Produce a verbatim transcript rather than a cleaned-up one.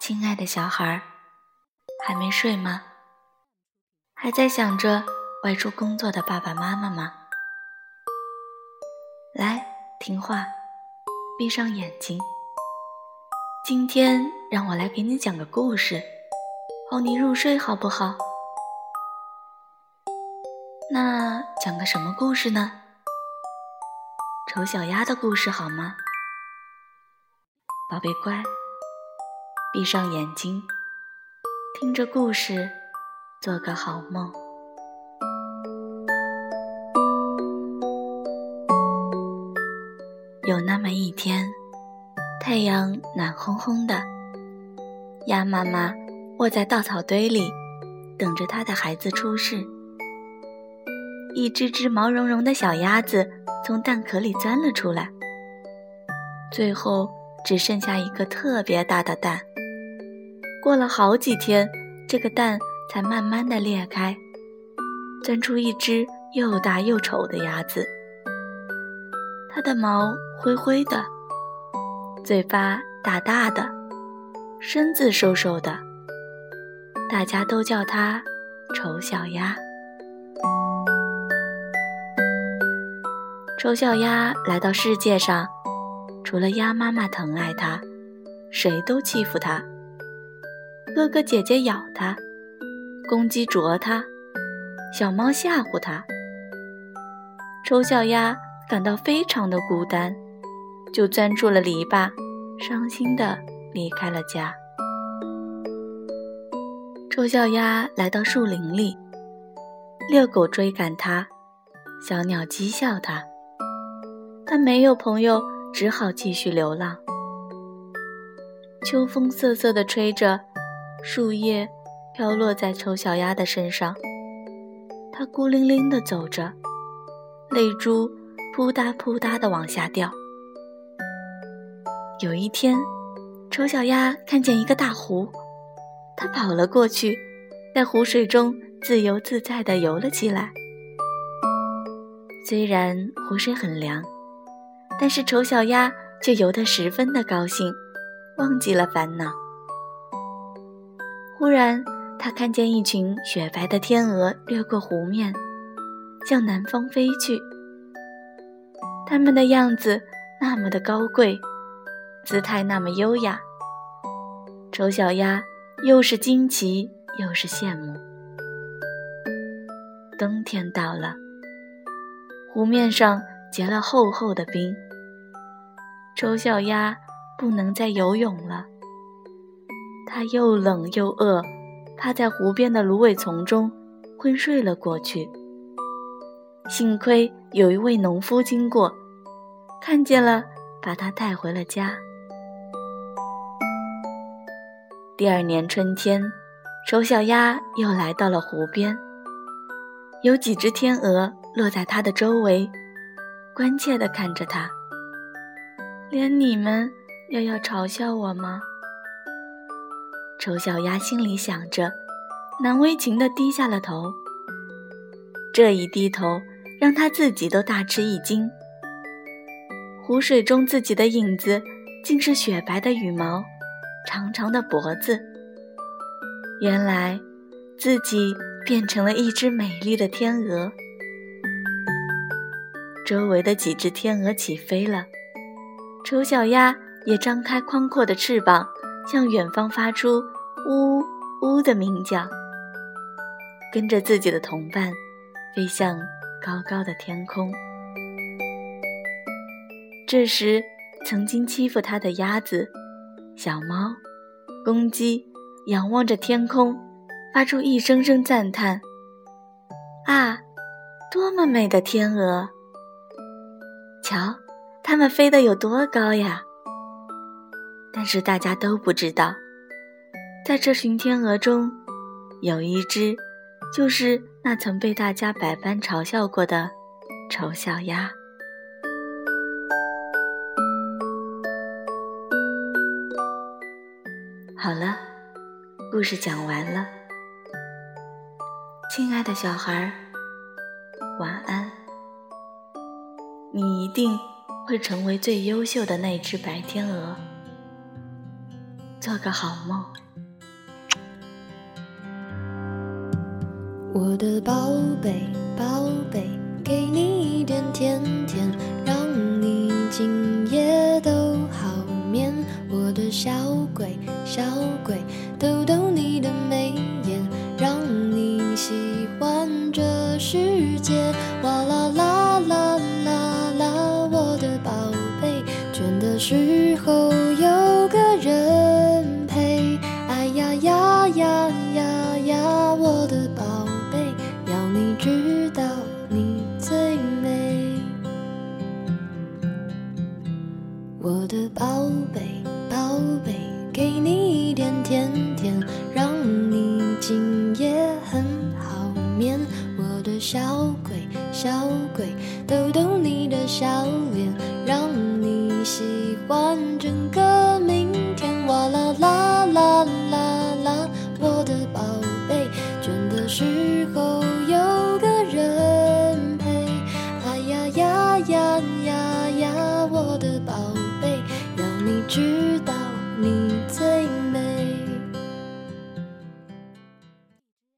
亲爱的小孩，还没睡吗？还在想着外出工作的爸爸妈妈吗？来，听话，闭上眼睛。今天让我来给你讲个故事，哄你入睡好不好？那讲个什么故事呢？丑小鸭的故事好吗？宝贝乖，闭上眼睛，听着故事，做个好梦。有那么一天，太阳暖烘烘的，鸭妈妈卧在稻草堆里，等着她的孩子出世。一只只毛茸茸的小鸭子从蛋壳里钻了出来，最后只剩下一个特别大的蛋。过了好几天，这个蛋才慢慢地裂开，钻出一只又大又丑的鸭子。它的毛灰灰的，嘴巴大大的，身子瘦瘦的，大家都叫它丑小鸭。丑小鸭来到世界上，除了鸭妈妈疼爱它，谁都欺负它。哥哥姐姐咬它，公鸡啄它，小猫吓唬它。丑小鸭感到非常的孤单，就钻出了篱笆，伤心地离开了家。丑小鸭来到树林里，遛狗追赶它，小鸟讥笑它，它没有朋友，只好继续流浪。秋风瑟瑟地吹着，树叶飘落在丑小鸭的身上，它孤零零地走着，泪珠扑嗒扑嗒地往下掉。有一天，丑小鸭看见一个大湖，它跑了过去，在湖水中自由自在地游了起来。虽然湖水很凉，但是丑小鸭却游得十分的高兴，忘记了烦恼。忽然，它看见一群雪白的天鹅掠过湖面，向南方飞去。它们的样子那么的高贵，姿态那么优雅，丑小鸭又是惊奇又是羡慕。冬天到了，湖面上结了厚厚的冰，丑小鸭不能再游泳了，它又冷又饿，趴在湖边的芦苇丛中昏睡了过去。幸亏有一位农夫经过，看见了，把它带回了家。第二年春天，丑小鸭又来到了湖边，有几只天鹅落在它的周围，关切地看着它。连你们也要嘲笑我吗？丑小鸭心里想着，难为情地低下了头。这一低头，让它自己都大吃一惊。湖水中自己的影子，竟是雪白的羽毛，长长的脖子。原来，自己变成了一只美丽的天鹅。周围的几只天鹅起飞了，丑小鸭也张开宽阔的翅膀，向远方发出呜呜的鸣叫，跟着自己的同伴飞向高高的天空。这时，曾经欺负它的鸭子、小猫、公鸡仰望着天空，发出一声声赞叹：啊，多么美的天鹅！瞧，它们飞得有多高呀！但是大家都不知道，在这群天鹅中，有一只就是那曾被大家百般嘲笑过的丑小鸭。好了，故事讲完了。亲爱的小孩，晚安。你一定会成为最优秀的那只白天鹅。 做个好梦。 我的宝贝宝贝，给你一点甜甜，让你今夜都好眠。我的小鬼小鬼，逗逗你的眉眼，让你喜欢这世界。哇啦啦啦啦啦，我的宝贝，倦的时候有个人陪。哎呀呀呀呀呀，我的宝贝，要你知道你最美。我的宝贝宝贝，给你一点甜甜，让你今夜很好眠。我的小鬼小鬼，逗逗你的笑脸，让你喜欢整个明天。哇啦啦啦啦啦，我的宝贝，倦的时候有个人陪。哎呀呀呀呀呀，我的宝贝，要你知